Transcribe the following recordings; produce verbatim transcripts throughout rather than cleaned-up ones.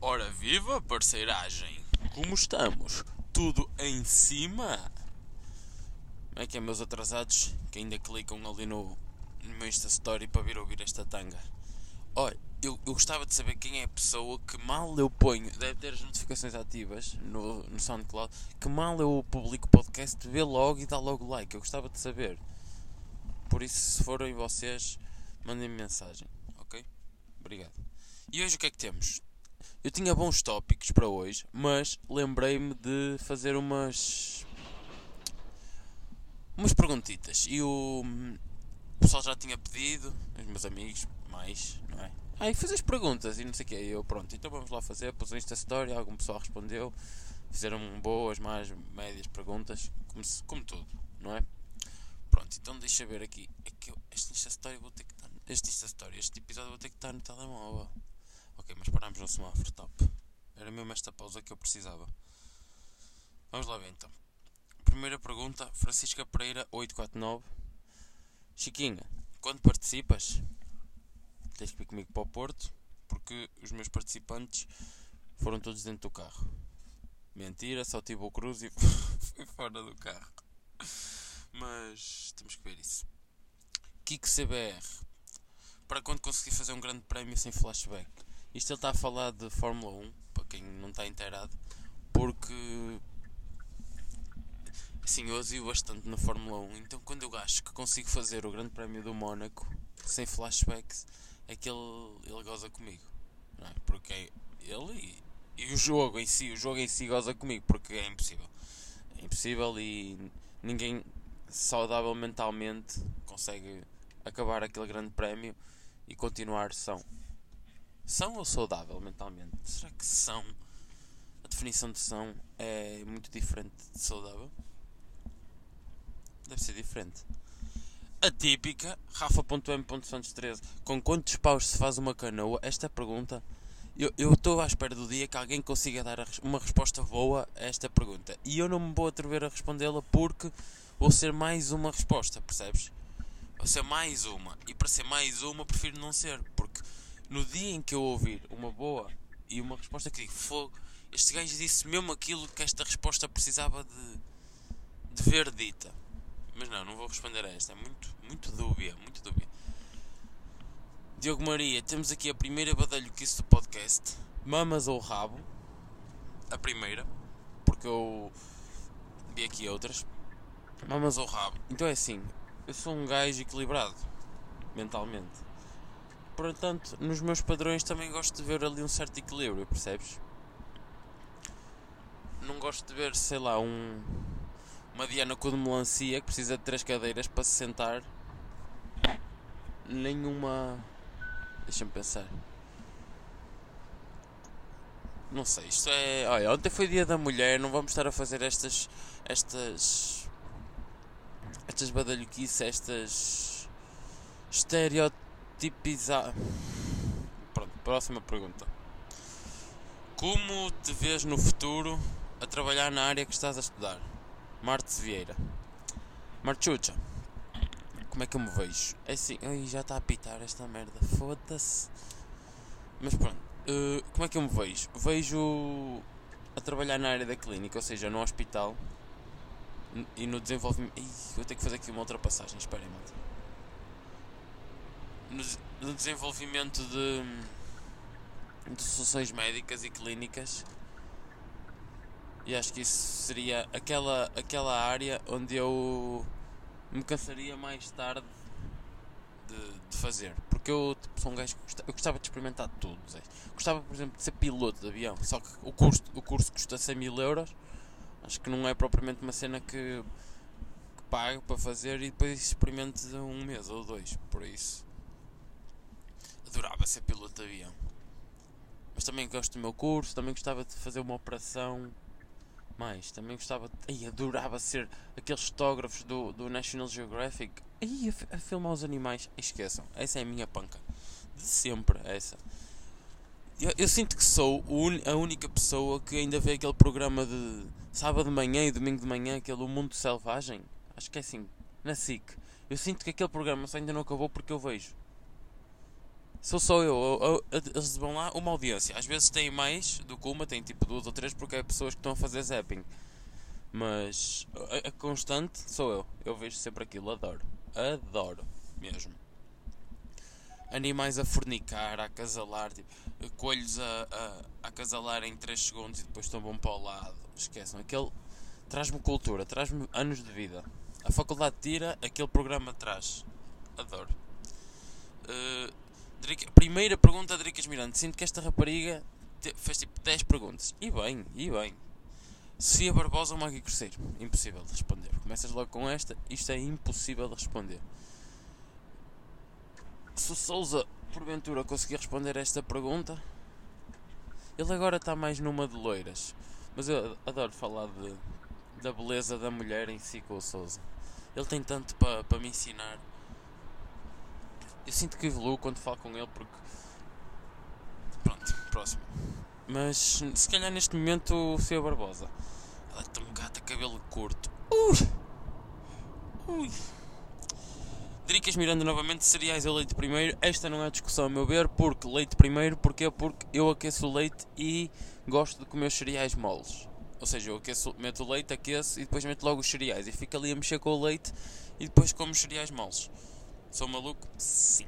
Ora viva, parceiragem! Como estamos? Tudo em cima? Como é que é, meus atrasados, que ainda clicam ali no, no meu Insta Story para vir ouvir esta tanga? Olha, eu, eu gostava de saber quem é a pessoa que mal eu ponho, deve ter as notificações ativas no, no SoundCloud, que mal eu publico o podcast, vê logo e dá logo like. Eu gostava de saber. Por isso, se forem vocês, mandem-me mensagem, ok? Obrigado. E hoje o que é que temos? Eu tinha bons tópicos para hoje, mas lembrei-me de fazer umas umas perguntitas. E o, o pessoal já tinha pedido, os meus amigos, mais, não é? Ah, e fez as perguntas e não sei o que. E eu, pronto, então vamos lá fazer. Pus esta história, algum pessoal respondeu. Fizeram boas, mais, médias perguntas, como, se, como tudo, não é? Pronto, então deixa ver aqui. É que eu, este Insta Story vou ter que estar. Este Insta Story, este episódio vou ter que estar no telemóvel. Ok, mas parámos no semáforo, top. Era mesmo esta pausa que eu precisava. Vamos lá ver então. Primeira pergunta, Francisca Pereira oito quatro nove. Chiquinha, quando participas, tens que vir comigo para o Porto, porque os meus participantes foram todos dentro do carro. Mentira, só tive o Cruz e fui fora do carro. Mas temos que ver isso. Kiko C B R, para quando conseguir fazer um grande prémio sem flashback? Isto ele está a falar de Fórmula um, para quem não está inteirado, porque assim, eu asio bastante na Fórmula um, então quando eu acho que consigo fazer o grande prémio do Mónaco sem flashbacks, é que ele, ele goza comigo, não é? Porque é ele e, e o jogo em si, o jogo em si goza comigo, porque é impossível. É impossível e ninguém saudável mentalmente consegue acabar aquele grande prémio e continuar são. São ou saudável mentalmente? Será que são? A definição de são é muito diferente de saudável? Deve ser diferente. A típica, Rafa.m.santos treze. Com quantos paus se faz uma canoa? Esta pergunta, eu estou à espera do dia que alguém consiga dar uma resposta boa a esta pergunta. E eu não me vou atrever a respondê-la porque vou ser mais uma resposta, percebes? Vou ser mais uma. E para ser mais uma, prefiro não ser. Porque no dia em que eu ouvir uma boa e uma resposta que digo, fogo, este gajo disse mesmo aquilo que esta resposta precisava de, de ver dita. Mas não, não vou responder a esta. É muito, muito dúbia, muito dúbia. Diogo Maria, temos aqui a primeira badalhoquice do podcast. Mamas ou rabo? A primeira, porque eu vi aqui outras. Mamas ou rabo? Então é assim, eu sou um gajo equilibrado, mentalmente. Portanto, nos meus padrões também gosto de ver ali um certo equilíbrio, percebes? Não gosto de ver, sei lá, um... uma Diana com de melancia que precisa de três cadeiras para se sentar. Nenhuma... Deixa-me pensar. Não sei, isto é... Olha, ontem foi dia da mulher, não vamos estar a fazer estas... Estas... Estas badalhoquices, estas... Estereotipizar... Pronto, próxima pergunta. Como te vês no futuro a trabalhar na área que estás a estudar? Martes Vieira. Marchucha, como é que eu me vejo? É assim, ai, já está a apitar esta merda, foda-se. Mas pronto, uh, como é que eu me vejo? Vejo a trabalhar na área da clínica, ou seja, no hospital e no desenvolvimento. Ih, vou ter que fazer aqui uma ultrapassagem, esperem, malta. No, no desenvolvimento de, de soluções médicas e clínicas. E acho que isso seria aquela, aquela área onde eu me cansaria mais tarde de, de fazer. Porque eu tipo, sou um gajo que gostava, eu gostava de experimentar tudo. Zé. Gostava, por exemplo, de ser piloto de avião. Só que o curso, o curso custa cem mil euros. Acho que não é propriamente uma cena que, que pago para fazer e depois experimento um mês ou dois. Por isso, adorava ser piloto de avião. Mas também gosto do meu curso. Também gostava de fazer uma operação. Mais, também gostava de... Ai, adorava ser aqueles fotógrafos do, do National Geographic. Ai, a, a filmar os animais. Esqueçam, essa é a minha panca. De sempre, essa. Eu, eu sinto que sou un, a única pessoa que ainda vê aquele programa de sábado de manhã e domingo de manhã, aquele O Mundo Selvagem. Acho que é assim, na S I C. Eu sinto que aquele programa só ainda não acabou porque eu vejo. Sou só eu, eu, eu, eles vão lá, uma audiência. Às vezes tem mais do que uma, tem tipo duas ou três porque é pessoas que estão a fazer zapping. Mas a, a constante sou eu. Eu vejo sempre aquilo, adoro. Adoro mesmo. Animais a fornicar, a acasalar, tipo, coelhos a, a, a acasalar em três segundos e depois tombam para o lado. Esqueçam, aquele traz-me cultura, traz-me anos de vida. A faculdade tira, aquele programa traz. Adoro. Uh, Drica, primeira pergunta de Dricas Miranda. Sinto que esta rapariga te, fez tipo dez perguntas. E bem, e bem. Sofia Barbosa ou Magui Cruzeiro? Impossível de responder. Começas logo com esta. Isto é impossível de responder. Se o Sousa, porventura, conseguir responder esta pergunta, ele agora está mais numa de loiras. Mas eu adoro falar de, da beleza da mulher em si com o Sousa. Ele tem tanto para pa me ensinar. Eu sinto que evoluo quando falo com ele porque... Pronto, próximo. Mas se calhar neste momento o Sofia Barbosa. Ela é tão gata, cabelo curto. Ui! Ui! Dricas Miranda novamente, cereais ou leite primeiro. Esta não é discussão a meu ver, porque leite primeiro, porquê? Porque eu aqueço o leite e gosto de comer os cereais moles. Ou seja, eu aqueço, meto o leite, aqueço e depois meto logo os cereais. E fico ali a mexer com o leite e depois como os cereais moles. Sou maluco? Sim.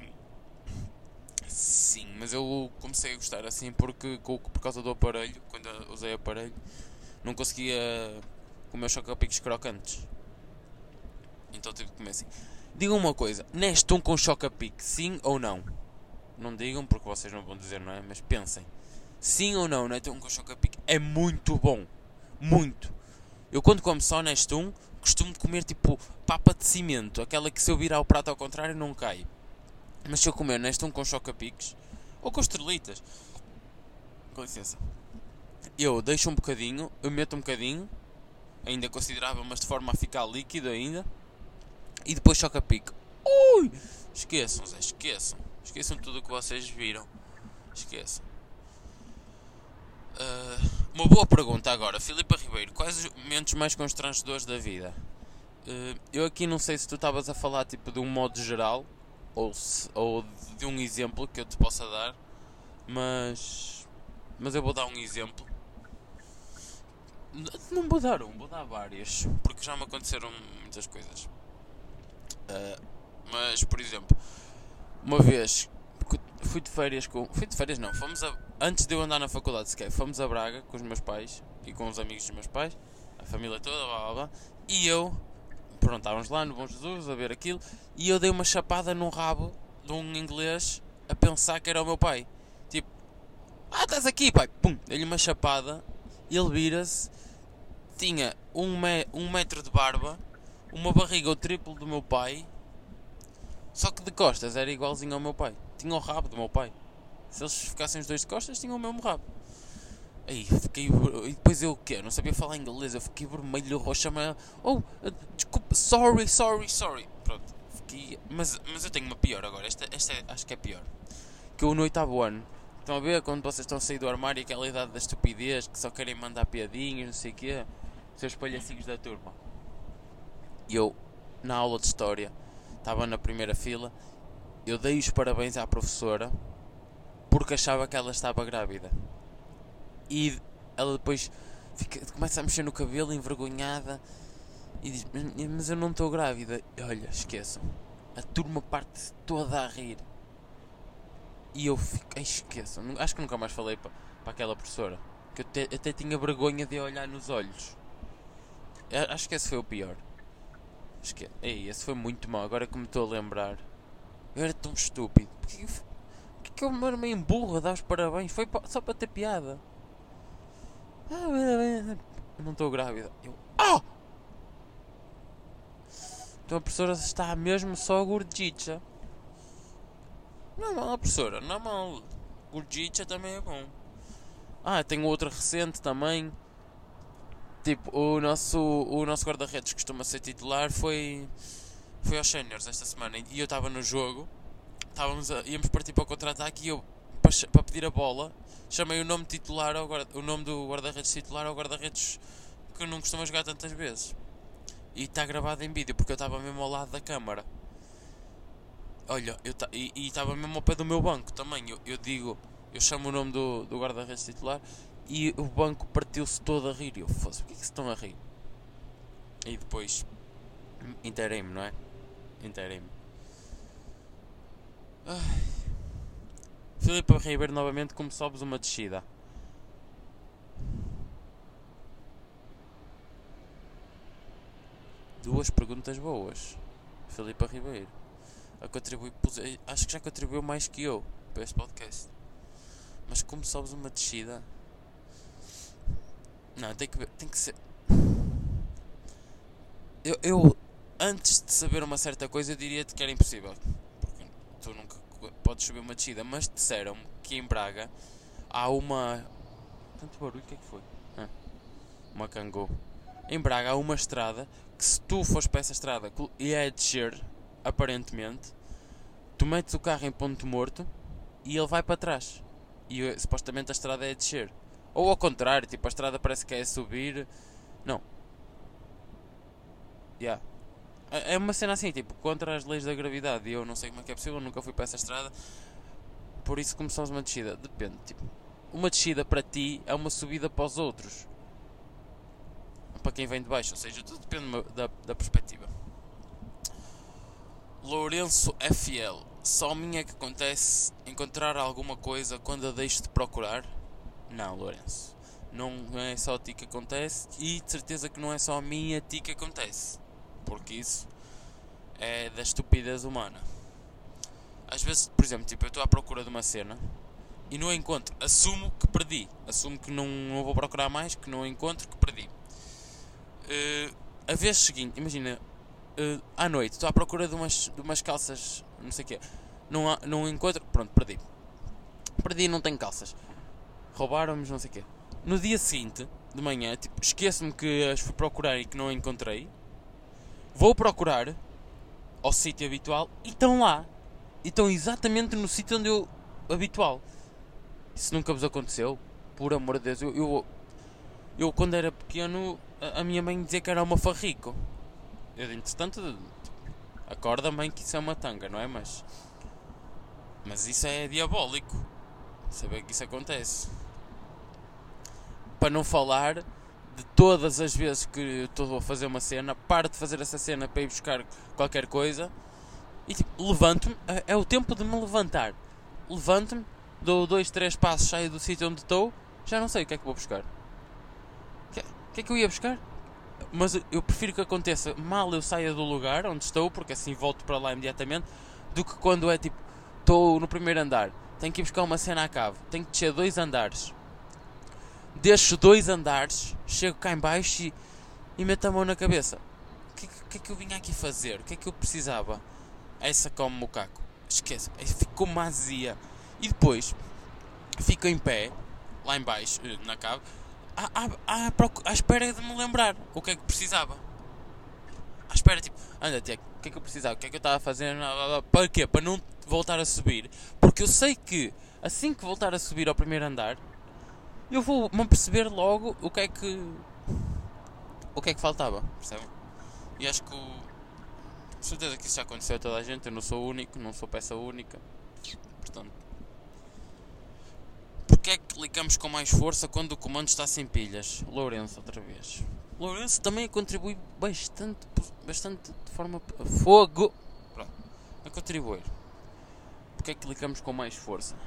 Sim, mas eu comecei a gostar assim porque por causa do aparelho, quando usei o aparelho, não conseguia comer os choca-picos crocantes. Então tive que comer assim. Digam uma coisa, Nestum com choca-pique, sim ou não? Não digam porque vocês não vão dizer, não é? Mas pensem. Sim ou não, Nestum com choca-pique é muito bom. Muito. Eu quando como só Nestum, costumo de comer tipo papa de cimento, aquela que se eu virar o prato ao contrário não cai. Mas se eu comer Nestum com choca-piques, ou com estrelitas, com licença, eu deixo um bocadinho, eu meto um bocadinho, ainda considerável, mas de forma a ficar líquido ainda, e depois choca-pique. Ui! Esqueçam, Zé, esqueçam. Esqueçam tudo o que vocês viram. Esqueçam. Uh, uma boa pergunta agora, Filipe Ribeiro. Quais os momentos mais constrangedores da vida? Uh, eu aqui não sei se tu estavas a falar tipo de um modo geral ou, se, ou de um exemplo que eu te possa dar, mas mas eu vou dar um exemplo. Não vou dar um, vou dar várias, porque já me aconteceram muitas coisas. Uh, mas por exemplo, uma vez fui de férias com. Fui de férias não, fomos a, antes de eu andar na faculdade sequer, fomos a Braga com os meus pais e com os amigos dos meus pais, a família toda, blá blá blá, e eu, pronto, estávamos lá no Bom Jesus a ver aquilo, e eu dei uma chapada no rabo de um inglês a pensar que era o meu pai. Tipo, ah, estás aqui, pai, pum, dei-lhe uma chapada, ele vira-se, tinha um, me, um metro de barba, uma barriga o triplo do meu pai, só que de costas era igualzinho ao meu pai. Tinha o rabo do meu pai. Se eles ficassem os dois de costas, tinham o mesmo rabo. Aí fiquei. E depois eu o quê? Não sabia falar inglês. Eu fiquei vermelho, roxo, amarelo. Oh, desculpa, sorry, sorry, sorry. Pronto, fiquei. Mas, mas eu tenho uma pior agora. Esta, esta é, acho que é pior. Que eu no oitavo ano. Estão a ver quando vocês estão a sair do armário, aquela idade da estupidez, que só querem mandar piadinhas, não sei o quê. Seus palhacinhos da turma. E eu, na aula de história, estava na primeira fila. Eu dei os parabéns à professora porque achava que ela estava grávida. E ela depois fica, começa a mexer no cabelo, envergonhada, e diz, mas eu não estou grávida. E olha, esqueçam. A turma parte toda a rir. E eu fiquei, esqueçam. Acho que nunca mais falei para, para aquela professora. Que eu até, até tinha vergonha de olhar nos olhos. Acho que esse foi o pior. Esque... Ei, esse foi muito mau. Agora que me estou a lembrar. Eu era tão estúpido. Porquê que, que eu me armei em burro a dar os parabéns? Foi só para ter piada. Ah, não estou grávida. Eu. Oh! Então a professora está mesmo só gordicha. Não é mal a professora, não é mal. Gordicha também é bom. Ah, tenho outra recente também. Tipo, o nosso, o nosso guarda-redes que costuma ser titular foi. Foi aos séniores esta semana e eu estava no jogo, estávamos a, íamos partir para o contra-ataque e eu, para, para pedir a bola, chamei o nome titular ao guarda, o nome do guarda-redes titular ao guarda-redes que não costuma jogar tantas vezes. E está gravado em vídeo porque eu estava mesmo ao lado da câmara. Olha, eu ta, e estava mesmo ao pé do meu banco também. Eu, eu digo, eu chamo o nome do, do guarda-redes titular e o banco partiu-se todo a rir. Eu fosse, porquê que se estão a rir? E depois inteirei-me, não é? Inteirei-me. Filipe Ribeiro novamente, como sobes uma descida. Duas perguntas boas. Filipe Ribeiro. A contribuir, acho que já contribuiu mais que eu para este podcast. Mas como sobes uma descida. Não, tem que, tem que ser. Eu, eu, antes de saber uma certa coisa, eu diria-te que era impossível. Porque tu nunca podes subir uma descida. Mas disseram-me que em Braga há uma. Tanto barulho, o que é que foi? Ah, uma cangô. Em Braga há uma estrada que, se tu fores para essa estrada e é descer, aparentemente, tu metes o carro em ponto morto e ele vai para trás. E supostamente a estrada é a descer. Ou ao contrário, tipo, a estrada parece que é a subir. Não. Yeah. É uma cena assim, tipo, contra as leis da gravidade. E eu não sei como é que é possível, nunca fui para essa estrada. Por isso começamos uma descida. Depende, tipo, uma descida para ti é uma subida para os outros. Para quem vem de baixo, ou seja, tudo depende da, da perspectiva. Lourenço F L. Só a mim é que acontece encontrar alguma coisa quando a deixo de procurar? Não, Lourenço. Não é só a ti que acontece e de certeza que não é só a mim e a ti que acontece. Porque isso é da estupidez humana. Às vezes, por exemplo, tipo, eu estou à procura de uma cena e não a encontro. Assumo que perdi. Assumo que não, não vou procurar mais, que não a encontro, que perdi. Uh, a vez seguinte, imagina, uh, à noite, estou à procura de umas, de umas calças, não sei o quê. Não, há, não encontro, pronto, perdi. Perdi e não tenho calças. Roubaram-me, não sei o quê. No dia seguinte, de manhã, tipo, esqueço-me que as fui procurar e que não encontrei. Vou procurar ao sítio habitual e estão lá. E estão exatamente no sítio onde eu habitual. Isso nunca vos aconteceu? Por amor de Deus, eu, eu, eu quando era pequeno, a, a minha mãe dizia que era uma farrico. Eu, entretanto, acorda, mãe, que isso é uma tanga, não é? Mas, mas isso é diabólico. Saber que isso acontece. Para não falar de todas as vezes que estou a fazer uma cena, paro de fazer essa cena para ir buscar qualquer coisa e tipo, levanto-me, é o tempo de me levantar. Levanto-me, dou dois, três passos, saio do sítio onde estou, já não sei o que é que vou buscar. O que, que é que eu ia buscar? Mas eu prefiro que aconteça mal eu saia do lugar onde estou, porque assim volto para lá imediatamente, do que quando é tipo, estou no primeiro andar, tenho que ir buscar uma cena à cave, tenho que descer dois andares. Deixo dois andares, chego cá em baixo e, e meto a mão na cabeça. O que, que é que eu vim aqui fazer? O que é que eu precisava? Essa come o caco. Esquece, ficou uma azia. E depois, fico em pé, lá em baixo, na cave, à, à, à, à espera de me lembrar o que é que precisava. À espera, tipo, anda, Tiago, o que é que eu precisava? O que é que eu estava a fazer? Para quê? Para não voltar a subir. Porque eu sei que, assim que voltar a subir ao primeiro andar, eu vou-me perceber logo o que é que o que é que faltava, percebem? E acho que o, com certeza que isso já aconteceu a toda a gente. Eu não sou único, não sou peça única. Portanto, porque é que clicamos com mais força quando o comando está sem pilhas? Lourenço, outra vez. Lourenço também contribui bastante, bastante de forma fogo. Pronto, a contribuir. Porque é que clicamos com mais força?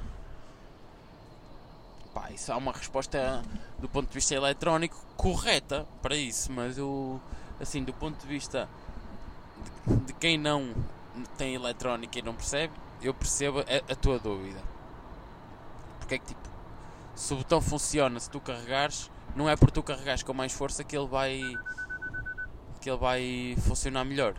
Pá, isso há uma resposta do ponto de vista eletrónico correta para isso, mas eu, assim, do ponto de vista de, de quem não tem eletrónica e não percebe, eu percebo a, a tua dúvida. Porque é que, tipo, se o botão funciona, se tu carregares, não é por tu carregares com mais força que ele vai que ele vai funcionar melhor.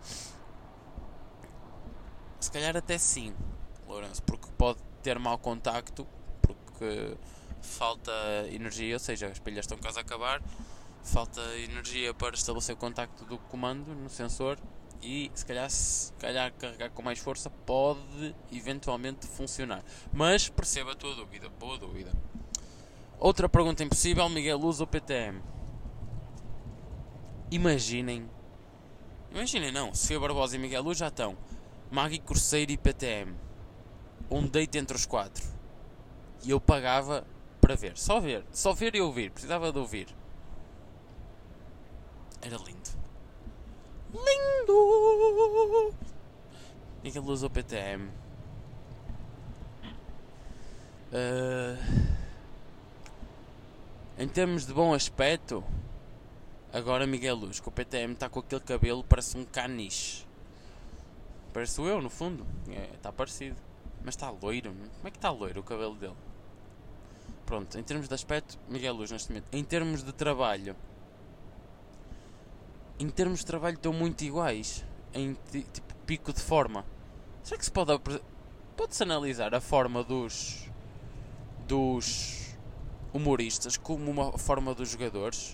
Se calhar até sim, Lourenço, porque pode ter mau contacto, porque falta energia, ou seja, as pilhas estão quase a acabar, falta energia para estabelecer o contacto do comando no sensor e se calhar, se calhar carregar com mais força pode eventualmente funcionar. Mas perceba a tua dúvida, boa dúvida. Outra pergunta impossível, Miguel Luz ou P T M? Imaginem, imaginem não, Sofia Barbosa e Miguel Luz já estão Magui Corseiro e P T M. Um date entre os quatro. E eu pagava para ver. Só ver. Só ver e ouvir. Precisava de ouvir. Era lindo. Lindo! E que ele usou P T M. Uh, em termos de bom aspecto, agora Miguel Luz, que o P T M está com aquele cabelo, parece um caniche. Parece eu, no fundo. Está é, parecido. Mas está loiro. Como é que está loiro o cabelo dele? Pronto, em termos de aspecto, Miguel Luz neste momento. Em termos de trabalho, em termos de trabalho estão muito iguais. Em tipo pico de forma. Será que se pode pode-se analisar a forma dos dos humoristas como uma forma dos jogadores?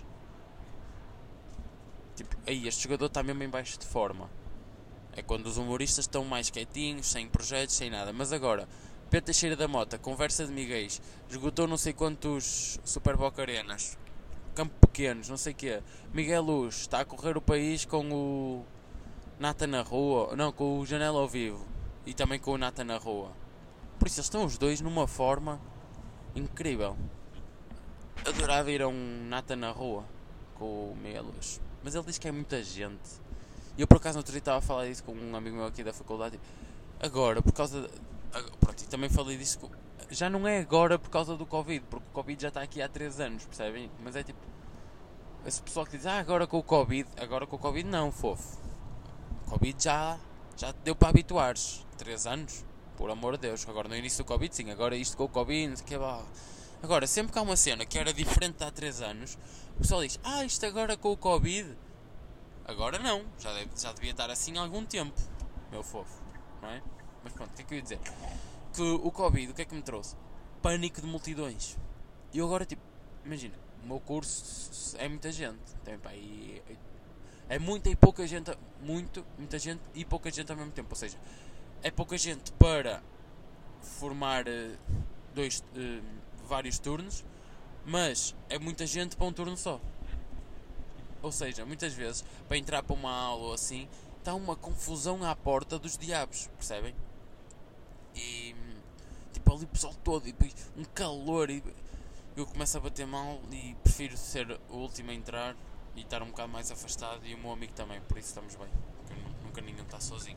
Tipo, aí este jogador está mesmo em baixo de forma. É quando os humoristas estão mais quietinhos, sem projetos, sem nada. Mas agora, Pedro Teixeira da Mota, conversa de miguéis, esgotou não sei quantos Super Boca Arenas, campo pequenos, não sei o quê. Miguel Luz está a correr o país com o Nata na rua, não, com o Janela ao vivo e também com o Nata na rua. Por isso eles estão os dois numa forma incrível. Adorava ir a um Nata na rua com o Miguel Luz, mas ele diz que é muita gente. E eu por acaso no outro dia estava a falar disso com um amigo meu aqui da faculdade. Agora, por causa de... Pronto, e também falei disso. Já não é agora por causa do Covid, porque o Covid já está aqui há três anos, percebem? Mas é tipo... Esse pessoal que diz, ah, agora com o Covid. Agora com o Covid não, fofo. O Covid já, já deu para habituares. três anos, por amor de Deus. Agora no início do Covid, sim. Agora isto com o Covid, não sei o que é. Agora, sempre que há uma cena que era diferente de há três anos, o pessoal diz, ah, isto agora com o Covid... Agora não, já, deve, já devia estar assim há algum tempo, meu fofo, não é? Mas pronto, o que é que eu ia dizer? Que o Covid, o que é que me trouxe? Pânico de multidões. E eu agora, tipo, imagina, o meu curso é muita gente, tem, pá, e, é muita e pouca gente, muito, muita gente e pouca gente ao mesmo tempo, ou seja, é pouca gente para formar uh, dois, uh, vários turnos, mas é muita gente para um turno só. Ou seja, muitas vezes, para entrar para uma aula ou assim, está uma confusão à porta dos diabos, percebem? E, tipo, ali o pessoal todo, e depois um calor, e eu começo a bater mal e prefiro ser o último a entrar e estar um bocado mais afastado, e o meu amigo também, por isso estamos bem, porque nunca ninguém está sozinho.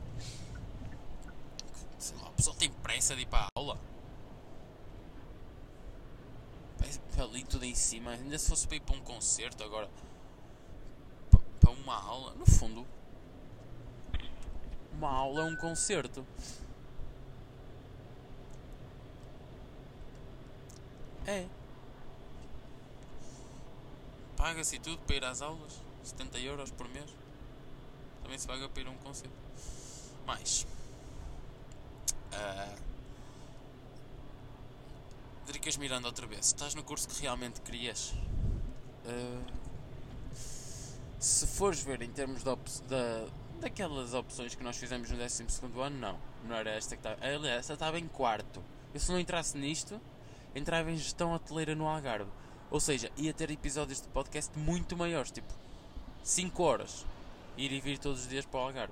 Sei lá, o pessoal tem pressa de ir para a aula. Ali tudo em cima, ainda se fosse para ir para um concerto agora... Para uma aula, no fundo, uma aula é um concerto. É. Paga-se tudo para ir às aulas, setenta euros por mês. Também se paga para ir a um concerto. Mais. Uh, Dricas Miranda outra vez. Estás no curso que realmente querias? Uh, Se fores ver em termos de op- da, daquelas opções que nós fizemos no décimo segundo ano, não. Não era esta que estava. Aliás, esta estava em quarto. Eu se não entrasse nisto, entrava em gestão hoteleira no Algarve. Ou seja, ia ter episódios de podcast muito maiores, tipo cinco horas. Ir e vir todos os dias para o Algarve.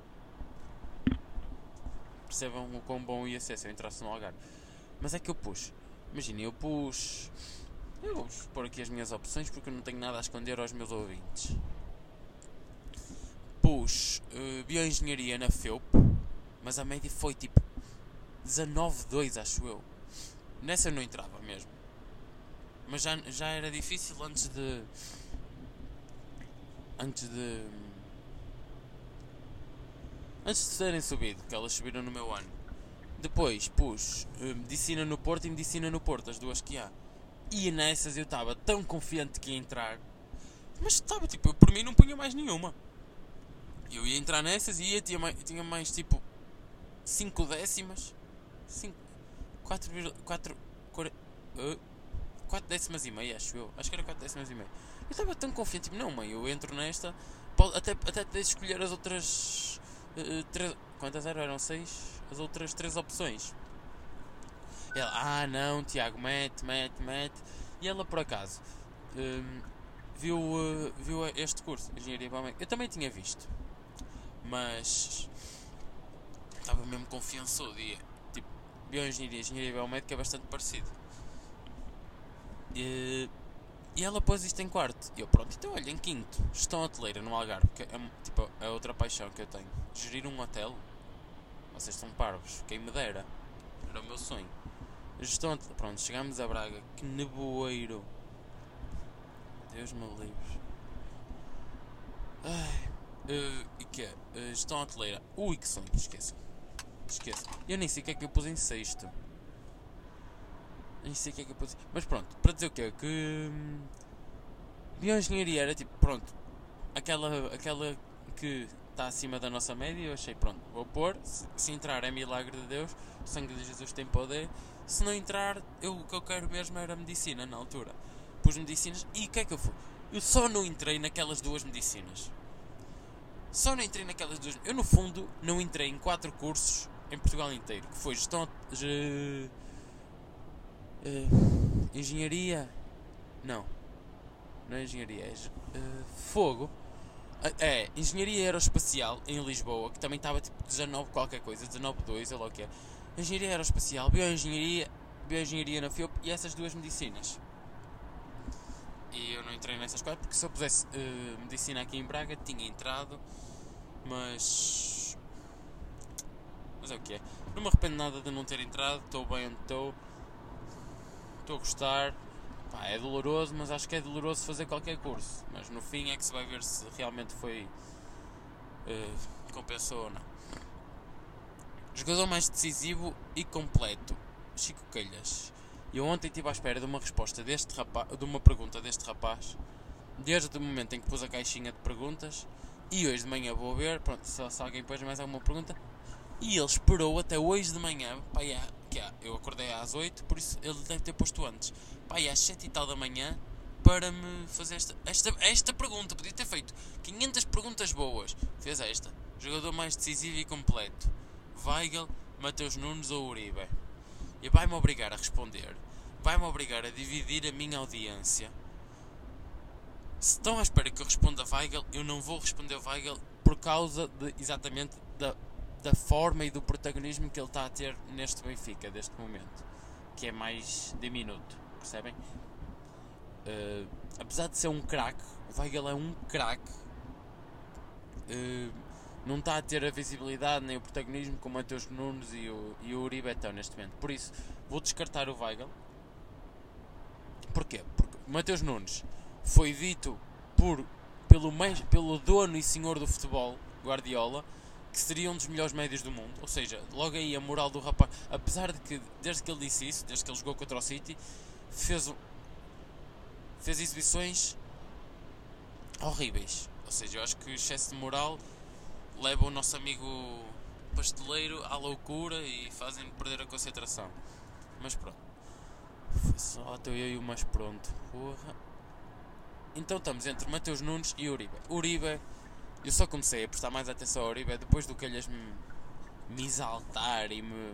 Percebam o quão bom ia ser se eu entrasse no Algarve. Mas é que eu pus. Imaginem, eu pus. Eu vou pôr aqui as minhas opções porque eu não tenho nada a esconder aos meus ouvintes. Pus uh, bioengenharia na F E U P, mas a média foi tipo dezanove vírgula dois, acho eu. Nessa eu não entrava mesmo. Mas já, já era difícil antes de... Antes de... Antes de terem subido, que elas subiram no meu ano. Depois pus uh, medicina no Porto e medicina no Porto, as duas que há. E nessas eu estava tão confiante que ia entrar. Mas estava tipo, eu por mim não punha mais nenhuma. Eu ia entrar nessas e ia, tinha, mais, tinha mais tipo cinco décimas, cinco, quatro, quatro, quatro décimas e meia, acho eu. Acho que era quatro décimas e meia. Eu estava tão confiante, tipo, não mãe, eu entro nesta, até, até te deixo escolher as outras uh, três, quantas eram? Eram seis? As outras três opções. Ela, ah não, Tiago, mete, mete, mete. E ela por acaso um, viu, uh, viu este curso, Engenharia Biomédica. Eu também tinha visto. Mas estava mesmo confiançudo e tipo, bioengenharia e engenharia biomédica é bastante parecido. E, e ela pôs isto em quarto. E eu, pronto, então olha, em quinto, gestão hoteleira no Algarve, que é tipo a outra paixão que eu tenho. Gerir um hotel, vocês estão parvos, quem me dera, era o meu sonho. Gestão hoteleira, pronto, chegámos a Braga, que nevoeiro, Deus me livre. Ai, uh, e que é? Uh, gestão hoteleira, ui que sonho, esqueçam. Esqueçam. Eu nem sei o que é que eu pus em sexto. Nem sei o que é que eu pus. Mas pronto, para dizer o quê? Que hum, bioengenharia era tipo, pronto, aquela, aquela que está acima da nossa média. Eu achei, pronto, vou pôr. Se, se entrar é milagre de Deus, o sangue de Jesus tem poder. Se não entrar, eu, o que eu quero mesmo era medicina na altura. Pus medicinas e o que é que eu fui? Eu só não entrei naquelas duas medicinas. Só não entrei naquelas duas. Eu no fundo não entrei em quatro cursos em Portugal inteiro, que foi gestão de uh, engenharia, não, não é engenharia, é uh, fogo, uh, é engenharia aeroespacial em Lisboa, que também estava tipo dezanove qualquer coisa, dezanove dois, sei lá o que é, engenharia aeroespacial, bioengenharia, bioengenharia na F I O P e essas duas medicinas. E eu não entrei nessas quatro porque se eu pusesse uh, medicina aqui em Braga tinha entrado, mas mas é o que é. Não me arrependo nada de não ter entrado, estou bem onde estou, estou a gostar. Pá, é doloroso, mas acho que é doloroso fazer qualquer curso, mas no fim é que se vai ver se realmente foi uh, compensou ou não. Jogador mais decisivo e completo, Chico Calhas. Eu ontem estive à espera de uma resposta deste rapaz, de uma pergunta deste rapaz, desde o momento em que pus a caixinha de perguntas, e hoje de manhã vou ver, pronto, se, se alguém pôs mais alguma pergunta, e ele esperou até hoje de manhã, pá, é, que é, eu acordei às oito, por isso ele deve ter posto antes, pá, é às sete e tal da manhã, para me fazer esta, esta, esta pergunta. Podia ter feito quinhentas perguntas boas, fez esta: jogador mais decisivo e completo, Weigl, Mateus Nunes ou Uribe? E vai-me obrigar a responder, vai-me obrigar a dividir a minha audiência. Se estão à espera que eu responda Weigl, eu não vou responder Weigl por causa de, exatamente da, da forma e do protagonismo que ele está a ter neste Benfica, deste momento, que é mais diminuto, percebem? Uh, apesar de ser um craque, o Weigl é um craque, uh, não está a ter a visibilidade nem o protagonismo como o Mateus Nunes e o, e o Uribe estão neste momento. Por isso, vou descartar o Weigl. Porquê? Porque o Mateus Nunes foi dito por, pelo, pelo dono e senhor do futebol, Guardiola, que seria um dos melhores médios do mundo. Ou seja, logo aí a moral do rapaz, apesar de que, desde que ele disse isso, desde que ele jogou contra o City, fez, fez exibições horríveis. Ou seja, eu acho que o excesso de moral leva o nosso amigo pasteleiro à loucura e fazem perder a concentração. Mas pronto, foi só estou eu e o mais pronto, porra. Então estamos entre Mateus Nunes e Uribe. Uribe, eu só comecei a prestar mais atenção ao Uribe depois do que eles me, me exaltar e me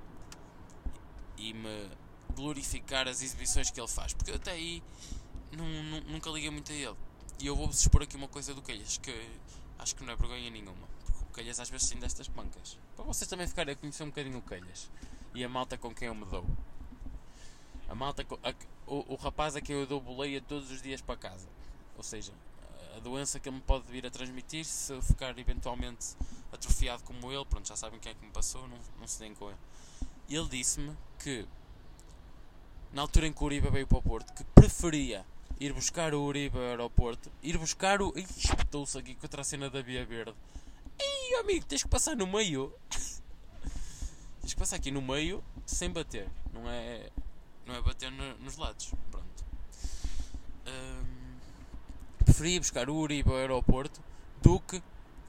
e me glorificar as exibições que ele faz, porque eu até aí não, não, nunca liguei muito a ele. E eu vou-vos expor aqui uma coisa do Calhas que acho que não é vergonha nenhuma, porque o Calhas às vezes tem destas pancas, para vocês também ficarem a conhecer um bocadinho o Calhas e a malta com quem eu me dou. A malta, a, o, o rapaz a quem eu dou boleia todos os dias para casa. Ou seja, a doença que ele me pode vir a transmitir se eu ficar eventualmente atrofiado como ele. Pronto, já sabem quem é que me passou, não, não se deem com ele. Ele disse-me que na altura em que o Uribe veio para o Porto, que preferia ir buscar o Uribe ao aeroporto, ir buscar o... Ih, espetou-se aqui contra a cena da Via Verde. Ih, amigo, tens que passar no meio. Tens que passar aqui no meio sem bater. Não é... Não é bater no, nos lados. Pronto. Hum, preferia buscar o Uribe ao aeroporto do que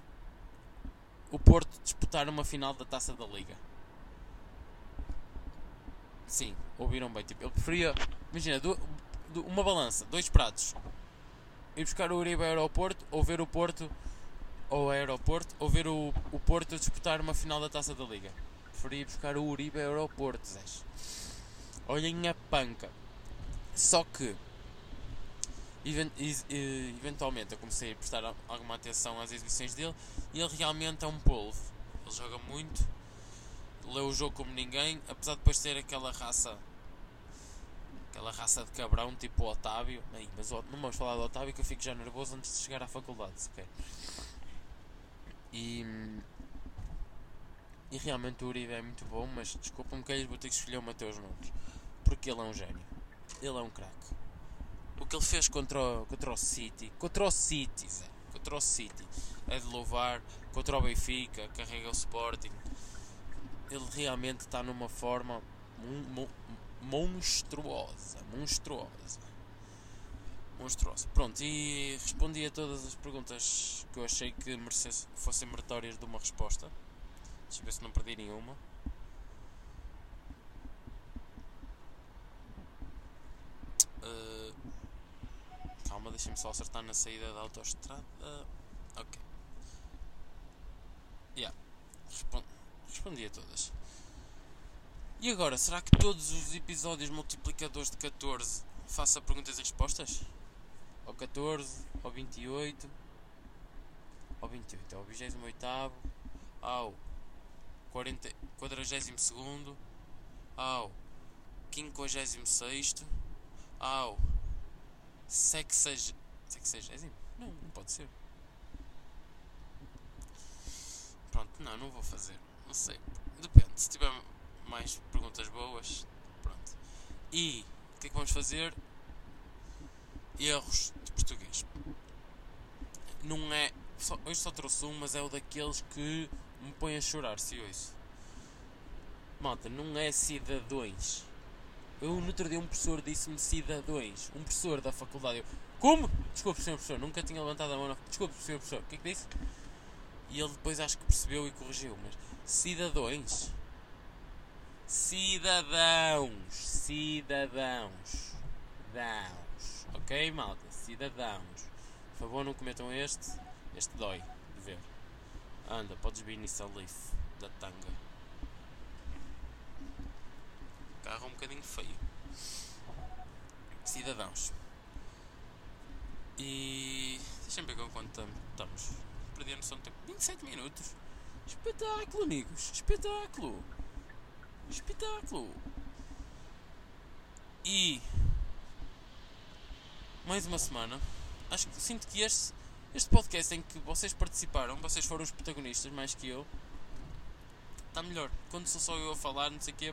o Porto disputar uma final da Taça da Liga. Sim, ouviram bem. Tipo, ele preferia... Imagina, do, do, uma balança, dois pratos. Ir buscar o Uribe ao aeroporto ou ver o Porto... Ou aeroporto, ou ver o, o Porto disputar uma final da Taça da Liga. Preferia buscar o Uribe ao aeroporto, Zés. Olhem a panca. Só que eventualmente eu comecei a prestar alguma atenção às exibições dele e ele realmente é um polvo. Ele joga muito, leu o jogo como ninguém, apesar de depois ter aquela raça, aquela raça de cabrão, tipo o Otávio. Ei, mas não vamos falar do Otávio que eu fico já nervoso antes de chegar à faculdade, sequer. E, e realmente o Uribe é muito bom, mas desculpa-me que eu vou ter que escolher o Mateus Nunes, porque ele é um gênio, ele é um craque. O que ele fez contra o, contra o City, contra o City, Zé, contra o City, é de louvar. Contra o Benfica, carrega o Sporting. Ele realmente está numa forma mon monstruosa, monstruosa, monstruosa. Pronto, e respondi a todas as perguntas que eu achei que merecesse, fossem meritórias de uma resposta. Deixa eu ver se não perdi nenhuma. Uh, calma, deixa-me só acertar na saída da autoestrada. Ok. Yeah. Respond, respondi a todas. E agora, será que todos os episódios multiplicadores de catorze faça perguntas e respostas? Ao catorze, ao vinte e oito, ao vinte e oito, ao vigésimo oitavo, ao quarenta, quadragésimo segundo, ao quinquagésimo sexto, ao sexagésimo. Sexagésimo? Não, não pode ser. Pronto, não, não vou fazer. Não sei. Depende. Se tiver mais perguntas boas, pronto. E o que é que vamos fazer? Erros de português. Não é. Só, hoje só trouxe um, mas é o daqueles que me põe a chorar se ouço. Malta, não é cidadãos. Eu no outro dia um professor disse-me cidadãos. Um professor da faculdade. Eu, como? Desculpe, senhor professor, nunca tinha levantado a mão na. Desculpe, senhor professor, o que é que disse? E ele depois acho que percebeu e corrigiu, mas cidadãos, cidadãos, cidadãos, dãos, ok, malta, cidadãos. Por favor, não cometam este, este dói de ver. Anda, podes vir nisso a Leaf da tanga. Carro um bocadinho feio. Cidadãos. E deixa-me ver com quanto estamos. Perdi a noção de tempo. vinte e sete minutos. Espetáculo, amigos. Espetáculo. Espetáculo. E mais uma semana. Acho que sinto que este, este podcast em que vocês participaram, vocês foram os protagonistas mais que eu, está melhor. Quando sou só eu a falar, não sei o quê.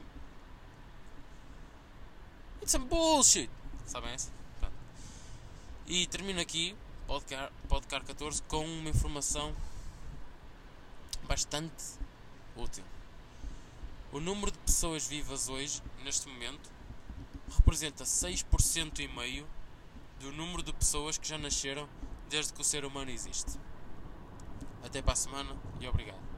It's some bullshit. Sabem essa? Pronto. E termino aqui Podcar, Podcar catorze com uma informação bastante útil. O número de pessoas vivas hoje, neste momento, representa seis por cento e meio do número de pessoas que já nasceram desde que o ser humano existe. Até para a semana e obrigado.